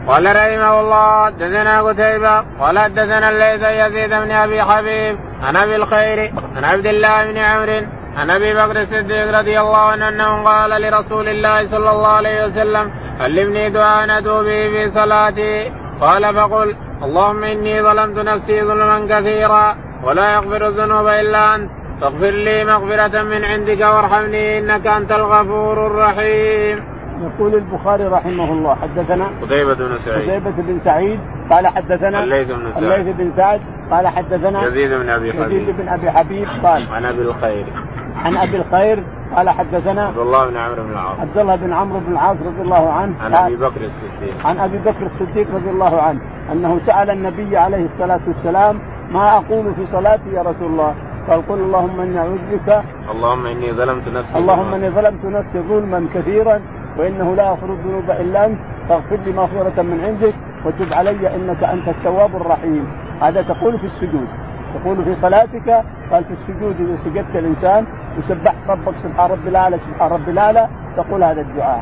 قال رحمه الله حدثنا قتيبة قال حدثنا الليث يزيد بن أبي حبيب عن أبي الخير عن عبد الله بن عمرو عن أبي بكر الصديق رضي الله عنه أنه قال لرسول الله صلى الله عليه وسلم علمني دعاء أدعو به في صلاتي قال فقل اللهم إني ظلمت نفسي ظلما كثيرا ولا يغفر الذنوب إلا أنت فاغفر لي مغفرة من عندك وارحمني إنك أنت الغفور الرحيم. يقول البخاري رحمه الله حدثنا قتيبة بن سعيد قال حدثنا الليث بن سعد قال حدثنا يزيد بن أبي حبيب قال عن أبي الخير قال حدثنا عبد الله بن عمرو بن العاص رضي الله عنه عن أبي بكر الصديق رضي الله عنه أنه سأل النبي عليه الصلاة والسلام ما أقول في صلاتي يا رسول الله؟ قال قل اللهم إني أعوذ بك اللهم إني ظلمت نفسي ظلما كثيرا وإنه لا يغفر الذنوب إلا أنت فاغفر لي مغفرة من عندك وتب علي إنك أنت التواب الرحيم. هذا تقول في السجود، تقول في صلاتك. قال في السجود إذا سجدت الإنسان وسبحت ربك سبحان رب الأعلى سبحان رب الأعلى تقول هذا الدعاء.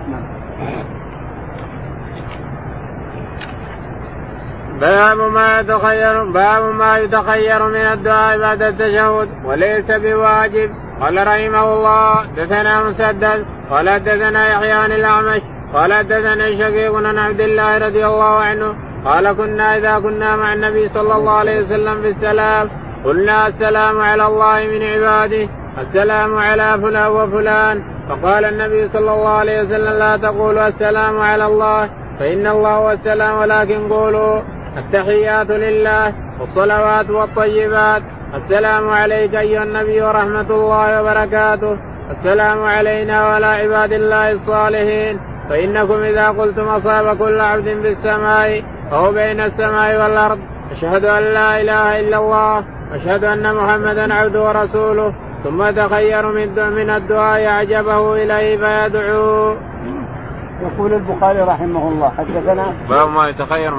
باب ما يتخير من الدعاء بعد التشهد وليس بواجب. قال رحمه الله حدثنا مسدد قال حدثنا يحيى عن الأعمش قال حدثنا شقيق عن عبد الله رضي الله عنه قال كنا إذا كنا مع النبي صلى الله عليه وسلم في السلام قلنا السلام على الله من عباده السلام على فلان وفلان فقال النبي صلى الله عليه وسلم لا تقولوا السلام على الله فإن الله هو السلام ولكن قولوا التحيات لله والصلوات والطيبات السلام عليك أيها النبي ورحمة الله وبركاته السلام علينا وعلى عباد الله الصالحين فإنكم إذا قلتم أصاب كل عبد في السماء أو بين السماء والأرض أشهد أن لا إله إلا الله أشهد أن محمدا عبده ورسوله ثم تخير من الدعاء أعجبه إليه فيدعو. يقول البخاري رحمه الله حدثنا باب ما يتخير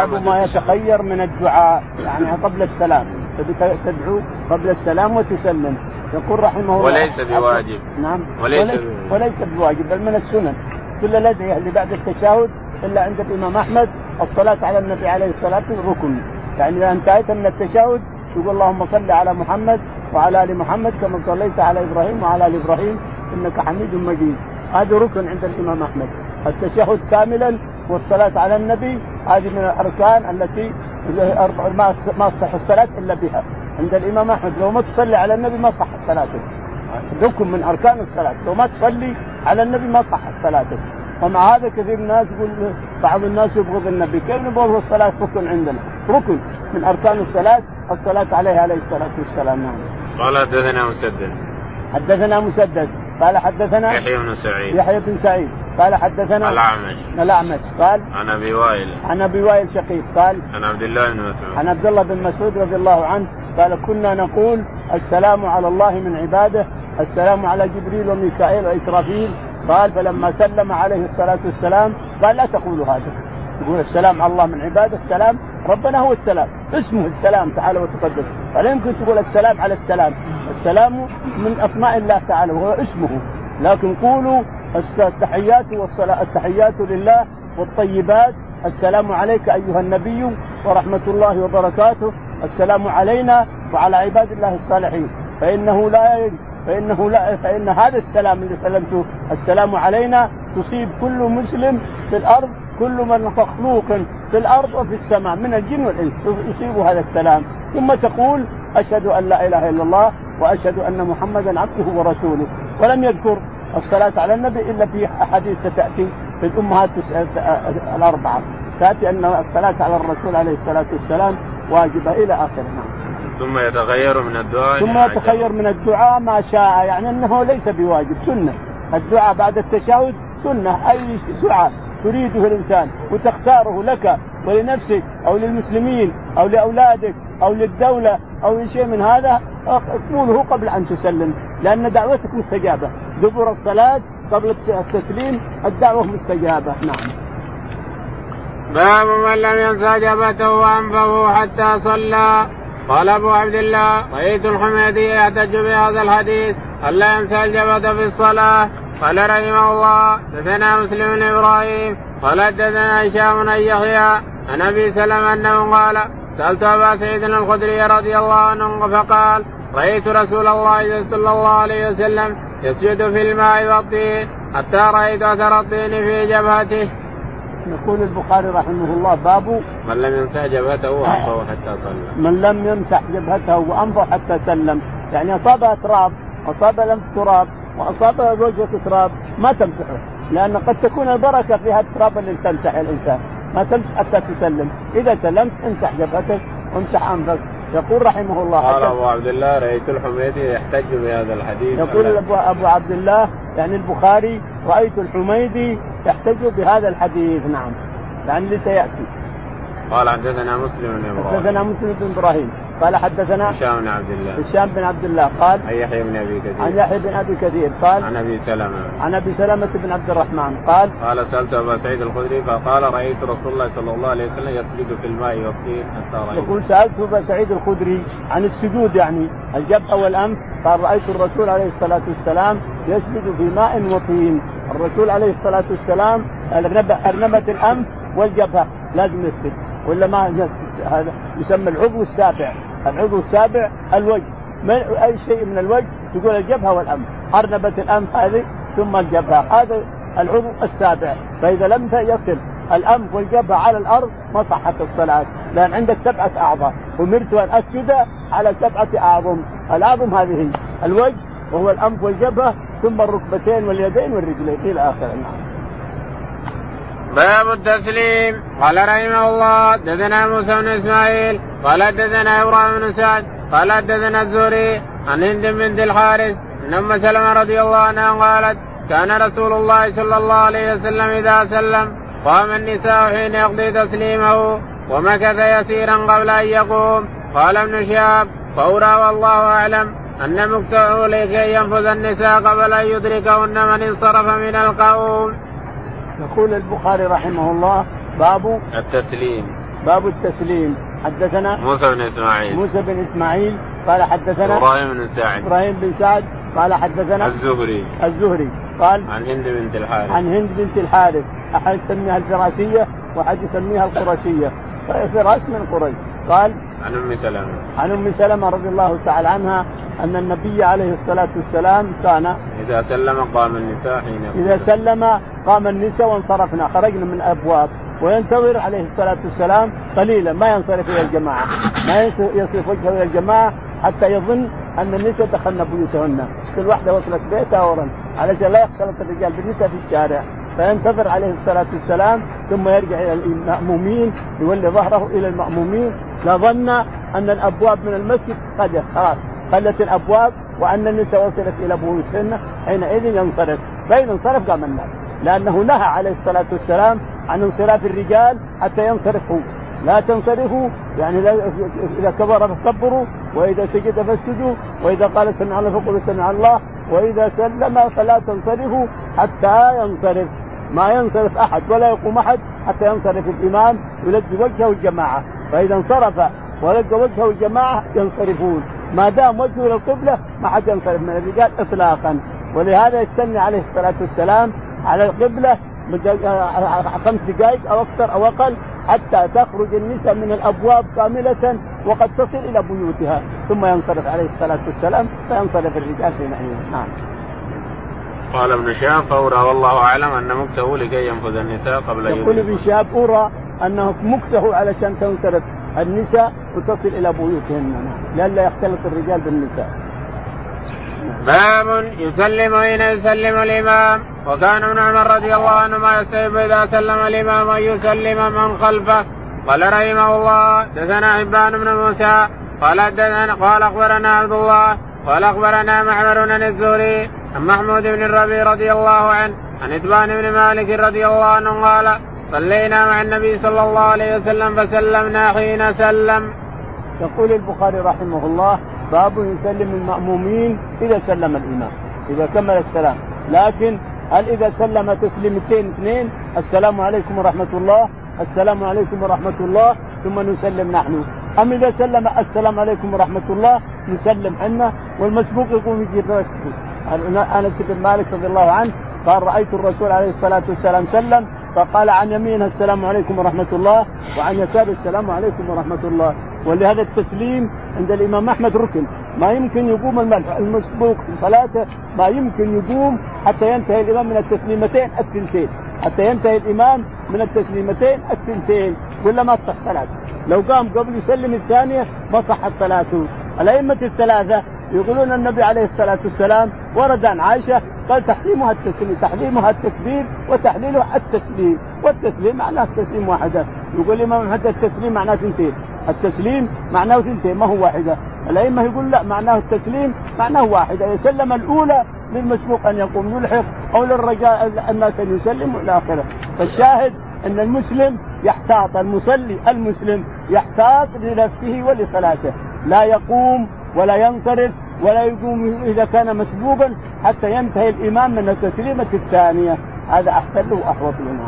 من الدعاء يعني قبل السلام تدعو قبل السلام وتسلم. يقول رحمه الله وليس بواجب. نعم وليس بواجب بل من السنن. كل الأدعية اللي بعد التشهد إلا عند الإمام أحمد الصلاة على النبي عليه الصلاة والسلام ركن. يعني إذا انتهيت من التشهد تقول اللهم صل على محمد وعلى آل محمد كما صليت على إبراهيم وعلى آل إبراهيم إنك حميد مجيد. هذا ركن عند الإمام أحمد. التشهد كاملا والصلاة على النبي هذه من الأركان التي ما تصح الصلاة إلا بها. عند الإمام أحمد لو ما تصلي على النبي ما صح صلاتك. ركن من أركان الصلاة لو ما تصلي على النبي ما صح صلاتك. ومع هذا كثير من الناس يقول بعض الناس يبغض النبي كيف نقول هو الصلاة ركن عندنا ركن من أركان الصلاة عليه الصلاة والسلام. نعم. قال حدثنا مسدد قال حدثنا يحيى بن سعيد قال حدثنا الأعمش قال عن أبي وائل شقيق قال عن عبد الله بن مسعود رضي الله عنه قال كنا نقول السلام على الله من عباده السلام على جبريل وميكائيل وإسرافيل. قال فلما سلم عليه الصلاة والسلام قال لا تقولوا هذا يقول السلام على الله من عباده السلام ربنا هو السلام اسمه السلام تعالى وتقدس فلا يمكن تقول السلام على السلام من أسماء الله تعالى وهو اسمه. لكن قولوا التحيات والصلاة التحيات لله والطيبات السلام عليك أيها النبي ورحمة الله وبركاته السلام علينا وعلى عباد الله الصالحين فإن هذا السلام اللي سلمته السلام علينا تصيب كل مسلم في الأرض كل من مخلوق في الأرض وفي السماء من الجن والإنس يصيب هذا السلام. ثم تقول أشهد أن لا إله إلا الله وأشهد أن محمدا عبده ورسوله. ولم يذكر الصلاة على النبي إلا في أحاديث ستأتي في الأمهات الأربعة تأتي أن الصلاة على الرسول عليه الصلاة والسلام واجبة إلى آخره. ثم يتخير من الدعاء ما شاء يعني أنه ليس بواجب سنة. الدعاء بعد التشهد سنة أي دعاء تريده الإنسان وتختاره لك ولنفسك أو للمسلمين أو لأولادك أو للدولة أو شيء من هذا اقوله قبل أن تسلم لأن دعوتك مستجابة. دبر الصلاة قبل التسليم الدعوة مستجابة. نعم. باب من لم ينسى جبهته وأنفه حتى صلى. قال أبو عبد الله رأيت الحميدي يحتج بهذا الحديث ألا ينسى الجبهة في الصلاة قال رحمه الله دثنا مسلم بن إبراهيم قال دثنا هشام بن يحيى عن أبي سلمة أنه قال سألت أبا سعيد الخدري رضي الله عنه فقال رأيت رسول الله صلى الله عليه وسلم يسجد في الماء والطين حتى رأيت أثر الطين في جبهته. يقول البخاري رحمه الله باب من لم يمسح جبهته وأنفه حتى سلم. من لم يمسح جبهته وأنفه حتى سلم، يعني أصابها تراب، أصاب لمس تراب، وأصابها وجهة تراب ما تمسحه، لأن قد تكون البركة فيها التراب اللي تمسح الإنسان، ما تمسح حتى تسلم. إذا سلمت امسح جبهتك وامسح أنفك. يقول رحمه الله قال أبو عبد الله رأيت الحميدي يحتج بهذا الحديث. يقول أبو عبد الله يعني البخاري رأيت الحميدي يحتج بهذا الحديث. نعم يعني اللي سيأتي. قال حدثنا مسلم بن إبراهيم. حدثنا مسلم بن إبراهيم قال حدثنا هشام بن عبد الله. هشام بن عبد الله قال عن يحيى بن أبي كثير. عن يحيى بن أبي كثير قال عن أبي سلمة. عن أبي سلمة بن عبد الرحمن قال سألت أبا سعيد الخدري فقال رأيت رسول الله صلى الله عليه وسلم يسجد في الماء والطين حتى رأيت. يقول سألت أبا سعيد الخدري عن السجود يعني الجبهة والأنف، قال رأيت الرسول عليه الصلاة والسلام يسجد في ماء وطين. الرسول عليه الصلاة والسلام أرنبة الأنف والجبهة لازم يسجد، ولا ما هذا يسمى العضو السابع. العضو السابع الوجه، أي شيء من الوجه تقول الجبهة والأنف، أرنبة الأنف هذه ثم الجبهة، هذا العضو السابع. فإذا لم يصل الأنف والجبهة على الأرض ما صحت الصلاة، لأن عندك 7 أعضاء، أمرت أن أسجد على 7 أعظم. الأعظم هذه الوجه وهو الأنف والجبهة ثم الركبتين واليدين والرجلين إلى آخره. باب التسليم. قال رحمه الله دثنا موسى بن إسماعيل قال دثنا إبراهيم بن سعد قال دثنا الزهري عن هند بنت الحارث أن أم سلمة رضي الله عنها قالت كان رسول الله صلى الله عليه وسلم إذا سلم قام النساء حين يقضي تسليمه ومكث يسيرا قبل أن يقوم. قال ابن شهاب فأرى والله أعلم أن مكثه لكي ينفذ النساء قبل أن يدركهن من انصرف من القوم. يقول البخاري رحمه الله باب التسليم. باب التسليم. حدثنا موسى بن إسماعيل قال حدثنا إبراهيم بن سعد قال حدثنا الزهري قال عن هند بنت الحارث أحد يسميها الفراسية وأحد يسميها القرشية، فراس من قريش. قال عن أم سلمة رضي الله تعالى عنها أن النبي عليه الصلاة والسلام كان إذا سلم قام النساء وانصرفنا، خرجنا من الأبواب وينتظر عليه الصلاة والسلام قليلا، ما ينصرف إلى الجماعة، ما يصرف وجهه إلى الجماعة حتى يظن أن النساء دخلن بيوتهن، كل واحدة وصلت بيتها ورن علشان لا يختلط الرجال بالنساء في الشارع. فينتظر عليه الصلاة والسلام ثم يرجع إلى المأمومين، يولي ظهره إلى المأمومين، لظن أن الأبواب من المسجد قد خلاص خلت الأبواب وأن النساء وصلت إلى بيوتهن، حينئذ ينصرف. فإن انصرف قام الناس، لأنه نهى عليه الصلاة والسلام عن انصراف الرجال حتى ينصرفوا. لا تنصرفوا يعني إذا كبر فكبروا، وإذا سجد فاسجدوا، وإذا قال سمع الله فقولوا سمع الله، وإذا سلم فلا تنصرفوا حتى ينصرف. ما ينصرف أحد ولا يقوم أحد حتى ينصرف الإمام يلقي وجهه الجماعة، فإذا انصرف ولقى وجهه الجماعة ينصرفون. ما دام وجهه للقبلة ما حد ينصرف من الرجال إطلاقا. ولهذا يستنى عليه الصلاة والسلام على القبلة 5 دقائق أو أكثر أو أقل حتى تخرج النساء من الأبواب كاملة وقد تصل إلى بيوتها، ثم ينصرف عليه الصلاة والسلام فينصرف الرجال في نحيهم. نعم. قال ابن شهاب فأرى والله أعلم أن مكثه لكي ينفذ النساء قبل أن يقول ابن شهاب أرى أنه مكثه علشان تنصرف النساء وتصل إلى بيوتهن لئلا يختلط الرجال بالنساء. باب يسلم حين يسلم الإمام. وكان ابن عمر رضي الله عنهما يستحب إذا سلم الإمام أن يسلم من خلفه. قال رحمه الله دثنا حبان بن موسى قال أخبرنا عبد الله قال أخبرنا معمر عن الزهري عن محمود بن الربيع رضي الله عنه عن إتبان بن مالك رضي الله عنه قال صلينا مع النبي صلى الله عليه وسلم فسلمنا حين سلم. يقول البخاري رحمه الله باب يسلم المأمومين إذا سلم الإمام إذا كمل السلام، لكن هل إذا سلم تسليمتين 2 السلام عليكم ورحمة الله السلام عليكم ورحمة الله ثم نسلم نحن، أم إذا سلم السلام عليكم ورحمة الله نسلم حنا والمسبوق يقوم يجيب أنس بن مالك رضي الله عنه قال رأيت الرسول عليه الصلاة والسلام سلم فقال عن يمينه السلام عليكم ورحمة الله وعن يساره السلام عليكم ورحمة الله. ولهذا التسليم عند الإمام أحمد ركن، ما يمكن يقوم المسبوق في صلاته، ما يمكن يقوم حتى ينتهي الإمام من التسليمتين الثنتين، حتى ينتهي الإمام من التسليمتين الثنتين ولا ما تصح صلاته. لو قام قبل يسلم الثانية ما صحت صلاته. الأئمة الثلاثة يقولون النبي عليه الصلاة والسلام ورد عن عائشة قال تحريمها التسليم، تحريمها التكبير وتحليلها التسليم، والتسليم معناه التسليم واحدة. يقول الإمام حتى التسليم معناه ثنتين، التسليم معناه ثنتين ما هو واحدة. الأئمة يقول لا معناه التسليم معناه واحدة، يسلم الأولى للمسبوق أن يقوم يلحق أو للرجاء الناس أن يسلم إلى آخره. فالشاهد أن المسلم يحتاط، المصلي المسلم يحتاط لنفسه ولصلاته، لا يقوم ولا ينصرف ولا يقوم إذا كان مسبوقا حتى ينتهي الإمام من التسليمة الثانية، هذا أحسن له وأحوط له.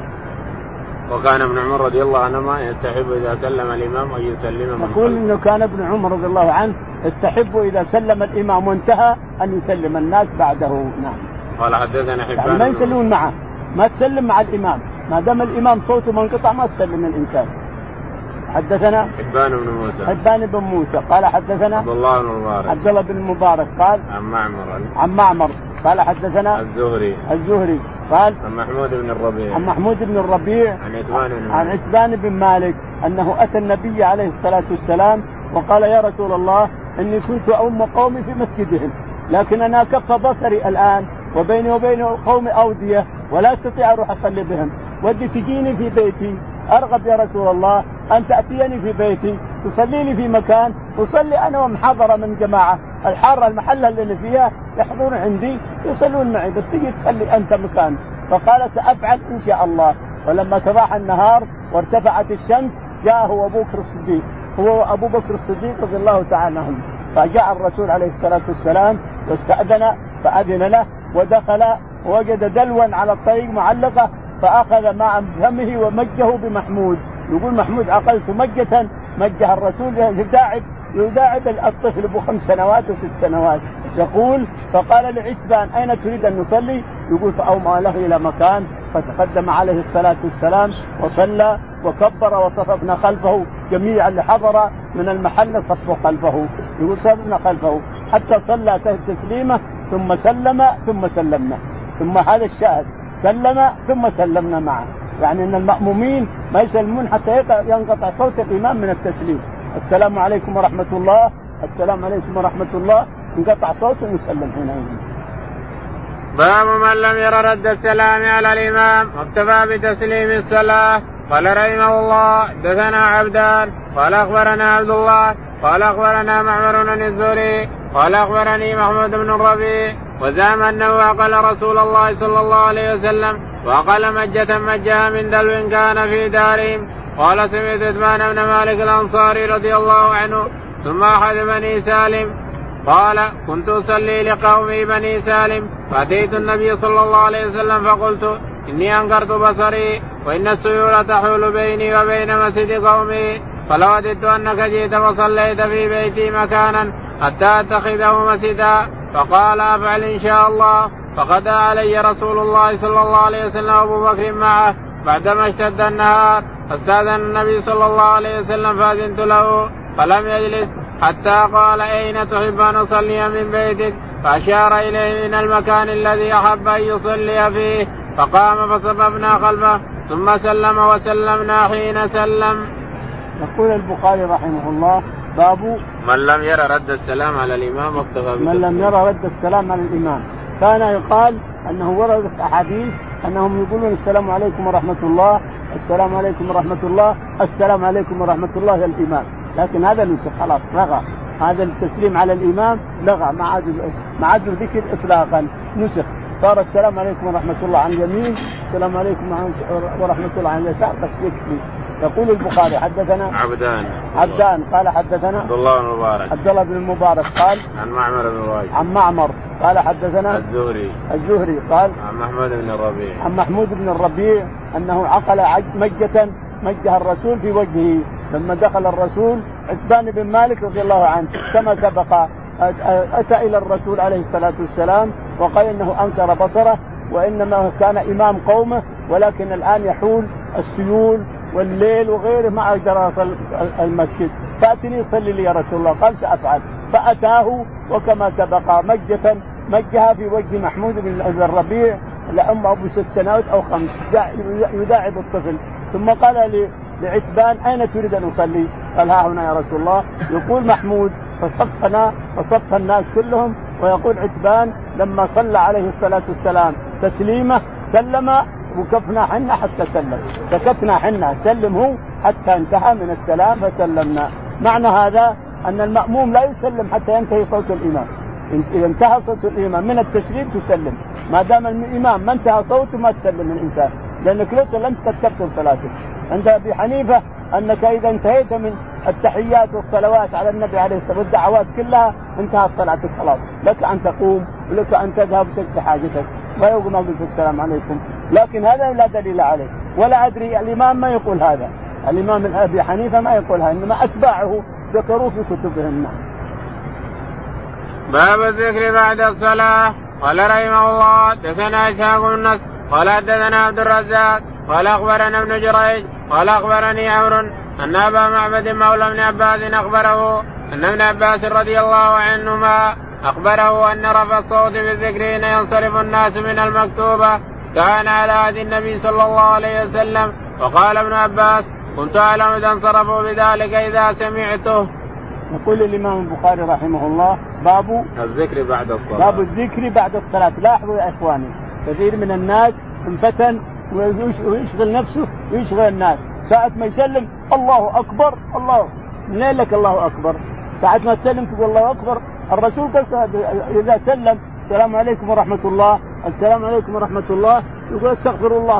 وكان ابن عمر رضي الله عنهما يستحب إذا سلم الإمام أن يسلم من نقول إنه كان ابن عمر رضي الله عنه يستحب إذا سلم الإمام وانتهى أن يسلم الناس بعده. نعم. قال حدثنا حبان يعني ما يسلمون معه، ما تسلم مع الإمام، ما دام الإمام صوته منقطع ما تسلم الإنسان. حدثنا حبان بن موسى قال حدثنا عبد الله بن المبارك قال عن معمر قال حدثنا الزهري قال عن محمود بن الربيع عن عتبان بن مالك أنه أتى النبي عليه الصلاة والسلام وقال يا رسول الله إني كنت أؤم قومي في مسجدهم، لكن أنا كف بصري الآن وبيني وبين قومي أودية ولا أستطيع أروح أصلي بهم، ودي تجيني في بيتي، أرغب يا رسول الله أن تأتيني في بيتي تصلي لي في مكان أصلي أنا ومحاضرة من جماعة الحارة المحلة اللي فيها يحضرون عندي يصلون معي، بس تجي تصلي أنت مكان. فقال سأفعل إن شاء الله. ولما تضاح النهار وارتفعت الشمس جاءه أبو بكر الصديق رضي الله تعالى عنه، فجاء الرسول عليه الصلاة والسلام واستأذن فأذن له ودخل ووجد دلوا على الطريق معلقة فأخذ مع فمه ومجه بمحمود. يقول محمود عقلت مجه الرسول يداعب الطفل ب 5 سنوات و6 سنوات. يقول فقال لعتبان أين تريد أن نصلي؟ يقول فأومأ له إلى مكان فتقدم عليه الصلاة والسلام وصلى وكبر وصففنا خلفه جميعا اللي حضر من المحل صفوا خلفه. يقول صففنا خلفه حتى صلى تسليمه ثم سلم ثم سلمنا، ثم هذا الشاهد سلم ثم سلمنا معه، يعني أن المأمومين ما يسلمون حتى ينقطع صوت الإمام من التسليم. السلام عليكم ورحمة الله، السلام عليكم ورحمة الله، انقطع صوته ويسلم حينئذ. باب من لم ير رد السلام على الإمام واكتفى بتسليم الصلاة. قال رحمه الله حدثنا عبدان قال أخبرنا عبد الله قال أخبرنا معمر بن الزهري قال أخبرني محمود بن الربيع وزعم أنه أقل رسول الله صلى الله عليه وسلم وأقل مجة مجها من دلو كان في دارهم. قال سمعت عثمان بن مالك الأنصاري رضي الله عنه ثم أحد بني سالم قال كنت أصلي لقومي بني سالم فأتيت النبي صلى الله عليه وسلم فقلت إني أنكرت بصري وإن السيول تحول بيني وبين مسجد قومي، فلو وددت أنك جئت وصليت في بيتي مكانا حتى أتخذه مسجدا. فقال أفعل إن شاء الله. فغدا علي رسول الله صلى الله عليه وسلم أبو بكر معه بعدما اشتد النهار، فاستأذن النبي صلى الله عليه وسلم فأذنت له فلم يجلس حتى قال أين تحب أن أصلي من بيتك؟ فأشار إليه من المكان الذي أحب أن يصلي فيه، فقام فصففنا خلفه ثم سلم وسلمنا حين سلم. يقول البخاري رحمه الله باب من لم يرى رد السلام على الإمام واكتفى من لم يرى رد السلام على الإمام. كان يقال أنه وردت أحاديث أنهم يقولون السلام عليكم ورحمة الله، السلام عليكم ورحمة الله، السلام عليكم ورحمة الله يا الإمام، لكن هذا نسخ خلاص لغى، هذا التسليم على الإمام لغى ما عاد ذكر إطلاقا، نسخ صار السلام عليكم ورحمة الله عن اليمين، السلام عليكم ورحمة الله عن اليسار، بس يكفي. يقول البخاري حدثنا عبدان قال حدثنا عبد الله بن المبارك قال عن معمر قال حدثنا الزهري قال عن محمود بن الربيع أنه عقل مجه الرسول في وجهه لما دخل الرسول عتبان بن مالك رضي الله عنه كما سبق أتى إلى الرسول عليه الصلاة والسلام وقال إنه أنكر بصره وإنما كان إمام قومه، ولكن الآن يحول السيول والليل وغيره ما أقدر أصل المسجد، فأتني صلي لي يا رسول الله. قال سأفعل. فأتاه وكما سبق مجها في وجه محمود بن الربيع لأمه ب6 سنوات أو 5 يداعب الطفل. ثم قال لعتبان أين تريد أن أصلي؟ قال ها هنا يا رسول الله. يقول محمود فصف الناس كلهم، ويقول عتبان لما صلى عليه الصلاة والسلام تسليمه سلم وكفنا حنا حتى سلم، سكتنا حنا سلم هو حتى انتهى من السلام فسلمنا. معنى هذا أن المأموم لا يسلم حتى ينتهي صوت الإمام. إذا انتهى صوت الإمام من التسليم تسلم، ما دام الإمام ما انتهى صوته ما تسلم الإنسان، لأنك لو سلمت تكتب صلاتك. عند أبي حنيفة أنك إذا انتهيت من التحيات والصلوات على النبي عليه الصلاة والدعوات كلها انتهت صلاتك خلاص، لك أن تقوم ولك أن تذهب وتقضي حاجتك ويقوم أقول السلام عليكم. لكن هذا لا دليل عليه، ولا أدري الإمام ما يقول هذا، الإمام أبي حنيفة ما يقولها، إنما أتباعه ذكروا في كتبهم. باب الذكر بعد الصلاة. قال رحمه الله دثنا إسحاق بن نصر قال حدثنا عبد الرزاق قال أخبرنا ابن جريج قال أخبرني عمرو أن أبا معبد مولى ابن عباس أخبره أن ابن عباس رضي الله عنهما أخبره أن رفع الصوت بالذكر حين ينصرف الناس من المكتوبة كان على عهد النبي صلى الله عليه وسلم. وقال ابن عباس كنت أعلم إذا انصرفوا بذلك إذا سمعته. يقول الإمام البخاري رحمه الله باب الذكر بعد الصلاة. باب الذكر بعد الصلاة. لاحظوا يا إخواني كثير من الناس انفتن ويشغل نفسه ويشغل الناس، ساعة ما يسلم الله أكبر الله من لك الله أكبر، ساعة ما تسلم تقول الله أكبر. الرسول قال إذا سلم السلام عليكم ورحمة الله السلام عليكم ورحمة الله يقول استغفر الله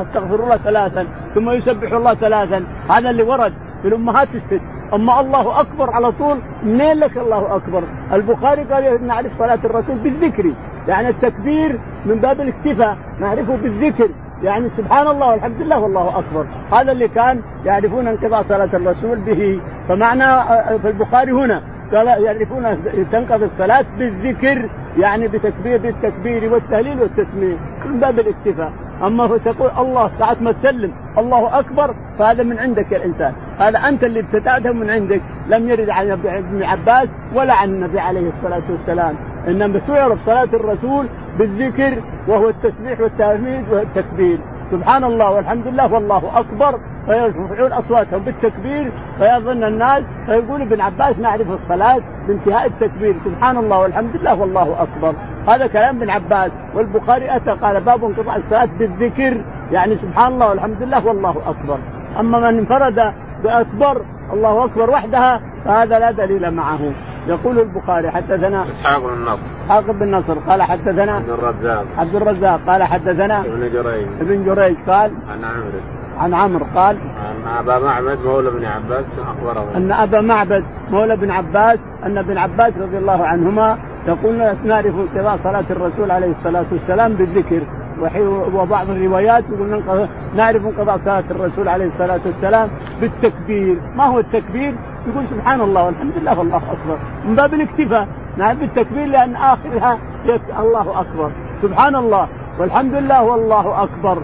3 ثم يسبح الله 3. هذا اللي ورد في الأمهات الست. أما الله أكبر على طول منين لك الله أكبر؟ البخاري قال نعرف صلاة الرسول بالذكر، يعني التكبير من باب الاكتفاء نعرفه بالذكر، يعني سبحان الله والحمد لله والله أكبر. هذا اللي كان يعرفون انقضاء صلاة الرسول به. فمعنى في البخاري هنا قال يعرفون تنقضي الصلاة بالذكر، يعني بالتكبير والتهليل والتسمية من باب الاكتفاء. أما تقول الله ساعة ما تسلم الله أكبر فهذا من عندك يا الإنسان، هذا أنت اللي ابتدأته من عندك، لم يرد عن ابن عباس ولا عن النبي عليه الصلاة والسلام. إنما تعرف صلاة الرسول بالذكر وهو التسبيح والتهميد والتكبير، سبحان الله والحمد لله والله أكبر، فيرفعون أصواتهم بالتكبير فيظن الناس فيقول ابن عباس نعرف الصلاة بانتهاء التكبير سبحان الله والحمد لله والله أكبر. هذا كلام ابن عباس. والبخاري أتى قال باب انقطاع الصلاة بالذكر، يعني سبحان الله والحمد لله والله أكبر. أما من انفرد بأكبر الله أكبر وحدها فهذا لا دليل معه. يقول البخاري حدثنا إسحاق بن نصر إسحاق بن نصر قال حدثنا عبد الرزاق قال حدثنا ابن جريج قال عن عمرو قال أن أبا معبد مولى ابن عباس أخبره أن أبا معبد مولى ابن عباس أن ابن عباس رضي الله عنهما يقول نعرف انقضاء صلاة الرسول عليه الصلاة والسلام بالذكر، وبعض الروايات يقول نعرف انقضاء صلاة الرسول عليه الصلاة والسلام بالتكبير. ما هو التكبير؟ يقول سبحان الله والحمد لله والله أكبر من باب الاكتفاء، نعرف بالتكبير لأن آخرها الله أكبر سبحان الله والحمد لله والله أكبر،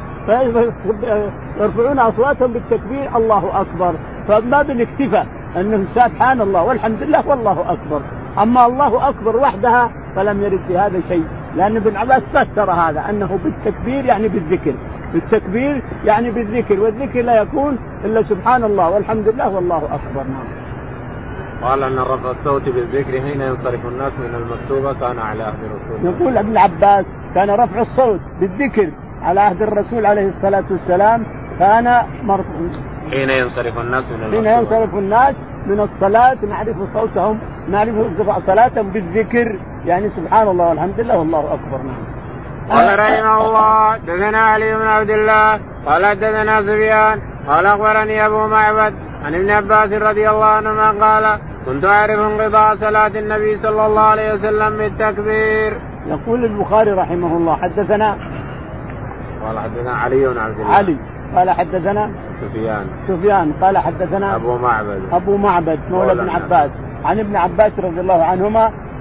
فيرفعون أصواتهم بالتكبير الله أكبر، فمن باب الاكتفاء أنه سبحان الله والحمد لله والله أكبر. أما الله أكبر وحدها فلم يرد في هذا شيء، لأن ابن عباس فسر هذا أنه بالتكبير يعني بالذكر، بالتكبير يعني بالذكر، والذكر لا يكون إلا سبحان الله والحمد لله والله أكبر. قال أن رفع الصوت بالذكر حين ينصرف الناس من المكتوبة كان على عهد الرسول. يقول ابن عباس كان رفع الصوت بالذكر على عهد الرسول عليه الصلاة والسلام كان مرفوع حين ينصرف الناس من المكتوبة، حين ينصرف الناس من الصلاة نعرف صوتهم نعرف صلاتهم بالذكر، يعني سبحان الله والحمد لله والله أكبر. قال رحمه الله دثنا علي بن عبد الله قال دثنا سفيان قال أخبرني أبو معبد عن ابن عباس رضي الله عنهما قال كنت أعرف انقضاء صلاة النبي صلى الله عليه وسلم بالتكبير. يقول البخاري رحمه الله حدثنا قال حدثنا علي بن عبد الله علي قال حدثنا سفيان قال حدثنا أبو معبد مولى ابن عباس عن ابن عباس رضي الله عنهما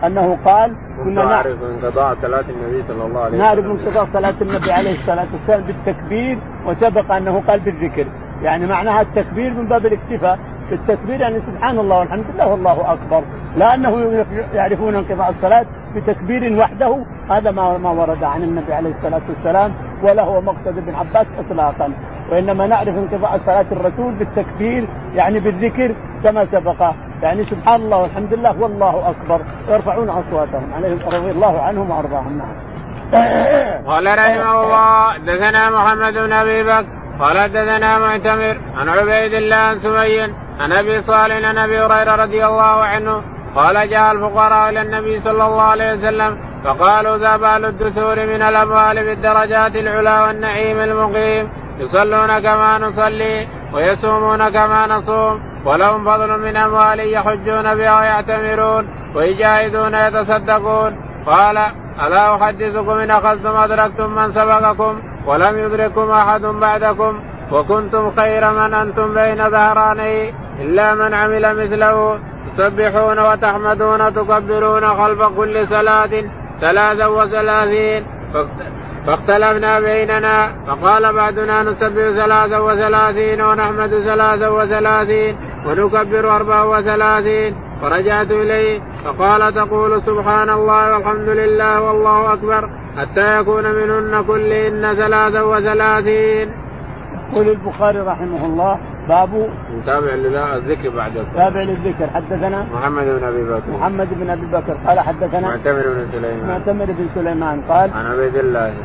أنه قال كنا نعرف انقضاء صلاة النبي صلى الله عليه وسلم، نعرف انقضاء صلاة النبي عليه الصلاة والسلام بالتكبير، وسبق أنه قال بالذكر، يعني معناها التكبير من باب الاكتفاء بالتكبير، يعني سبحان الله والحمد لله والله أكبر، لا أنه يعرفون انقضاء الصلاة بتكبير وحده، هذا ما ورد عن النبي عليه الصلاة والسلام ولا هو مقصد ابن عباس إطلاقا، وإنما نعرف انقضاء صلاة الرسول بالتكبير يعني بالذكر كما سبق، يعني سبحان الله والحمد لله والله أكبر، يرفعون أصواتهم عليهم رضي الله عنهم وأرضاهم. قال رحمه الله دثنا محمد بن أبي بكر قال دثنا معتمر عن عبيد الله عن سمي عن أبي صالح عن أبي هريرة رضي الله عنه قال جاء الفقراء إلى النبي صلى الله عليه وسلم فقالوا ذهب أهل الدثور من الأموال بالدرجات العلى والنعيم المقيم، يصلون كما نصلي ويصومون كما نصوم، ولهم فضل من أموال يحجون بها ويعتمرون ويجاهدون يتصدقون. قال ألا أحدثكم إن أخذتم أدركتم من سبقكم ولم يدرككم أحد بعدكم، وكنتم خير من أنتم بين ظهرانيه إلا من عمل مثله، تسبحون وتحمدون تكبرون خلف كل صلاة 33. فاختلفنا بيننا فقال بعضنا نسبح 33 ونحمد 33 ونكبر 34. فرجعت إليه فقال تقول سبحان الله والحمد لله والله أكبر حتى يكون منهن كلهن 33. يقول البخاري رحمه الله باب تابع للذكر بعد الصلاة. تابع للذكر. حدثنا محمد بن أبي بكر قال حدثنا معتمر بن سليمان قال عن عبيد الله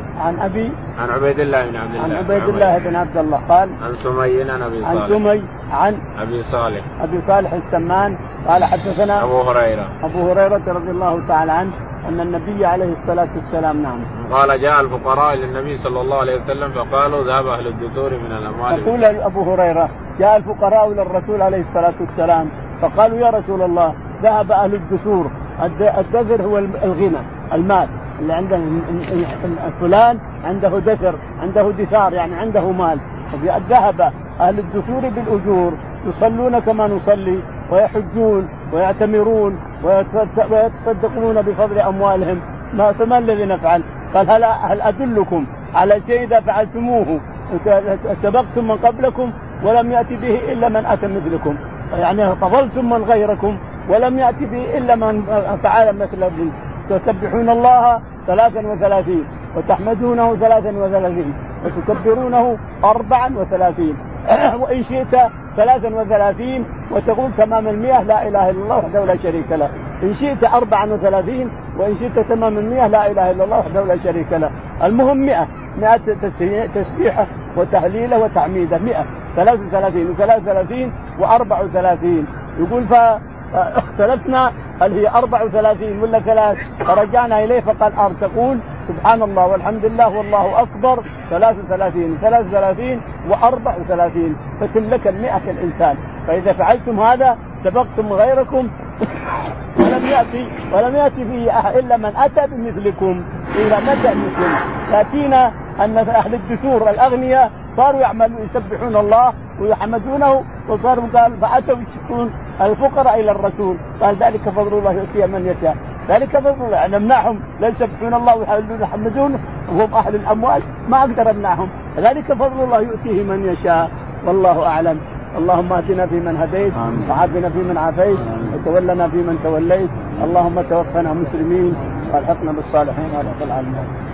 بن عبد الله قال عن سمي عن أبي صالح السمان قال حدثنا أبو هريرة رضي الله تعالى عنه أن النبي عليه الصلاة والسلام نعم قال جاء الفقراء إلى النبي صلى الله عليه وسلم فقالوا ذهب أهل الدثور من الأموال. يقول أبو هريرة جاء الفقراء إلى الرسول عليه الصلاة والسلام فقالوا يا رسول الله ذهب أهل الدثور. الدثر هو الغنى المال اللي عنده فلان عنده دثر عنده دثار يعني عنده مال. ذهب أهل الدثور بالأجور يصلون كما نصلي ويحجون ويعتمرون ويتصدقون بفضل أموالهم. فما الذي نفعل؟ قال هل أدلكم على شيء إذا فعلتموه سبقتم من قبلكم ولم يأتي به إلا من أتى مثلكم، يعني فضلتم من غيركم ولم يأتي به إلا من فعل مثل تسبحون الله 33 وتحمدونه 33 وتكبرونه 34 وإن شئت 33 وتقول تمام 100 لا إله إلا الله وحده لا شريك له، إن شئت 34 وإن شئت تمام 100 لا إله إلا الله وحده لا شريك له. المهم 100 تسبيحة وتهليلة وتعميدة 100 33 و33 و34. يقول فاختلفنا هل هي 34 ولا 3 فرجعنا إليه فقال تقول سبحان الله والحمد لله والله أكبر 33 و34 فتملك 100 الإنسان. فإذا فعلتم هذا سبقتم غيركم ولم يأتي فيه إلا من أتى بمثلكم. إلى متى مثلكم؟ يأتينا أن أهل الدثور الأغنياء صاروا يعملون يسبحون الله ويحمدونه وصاروا قال فأتوا يشكون الفقراء إلى الرسول قال ذلك فضل الله يؤتيه من يشاء. ذلك فضل الله نمنعهم لا يسبحون الله ويحمدون وهم أهل الأموال ما أقدر أمنعهم. ذلك فضل الله يؤتيه من يشاء والله أعلم. اللهم اهدنا فيمن هديت وعافنا فيمن عافيت وتولنا فيمن توليت. اللهم توفنا مسلمين والحقنا بالصالحين.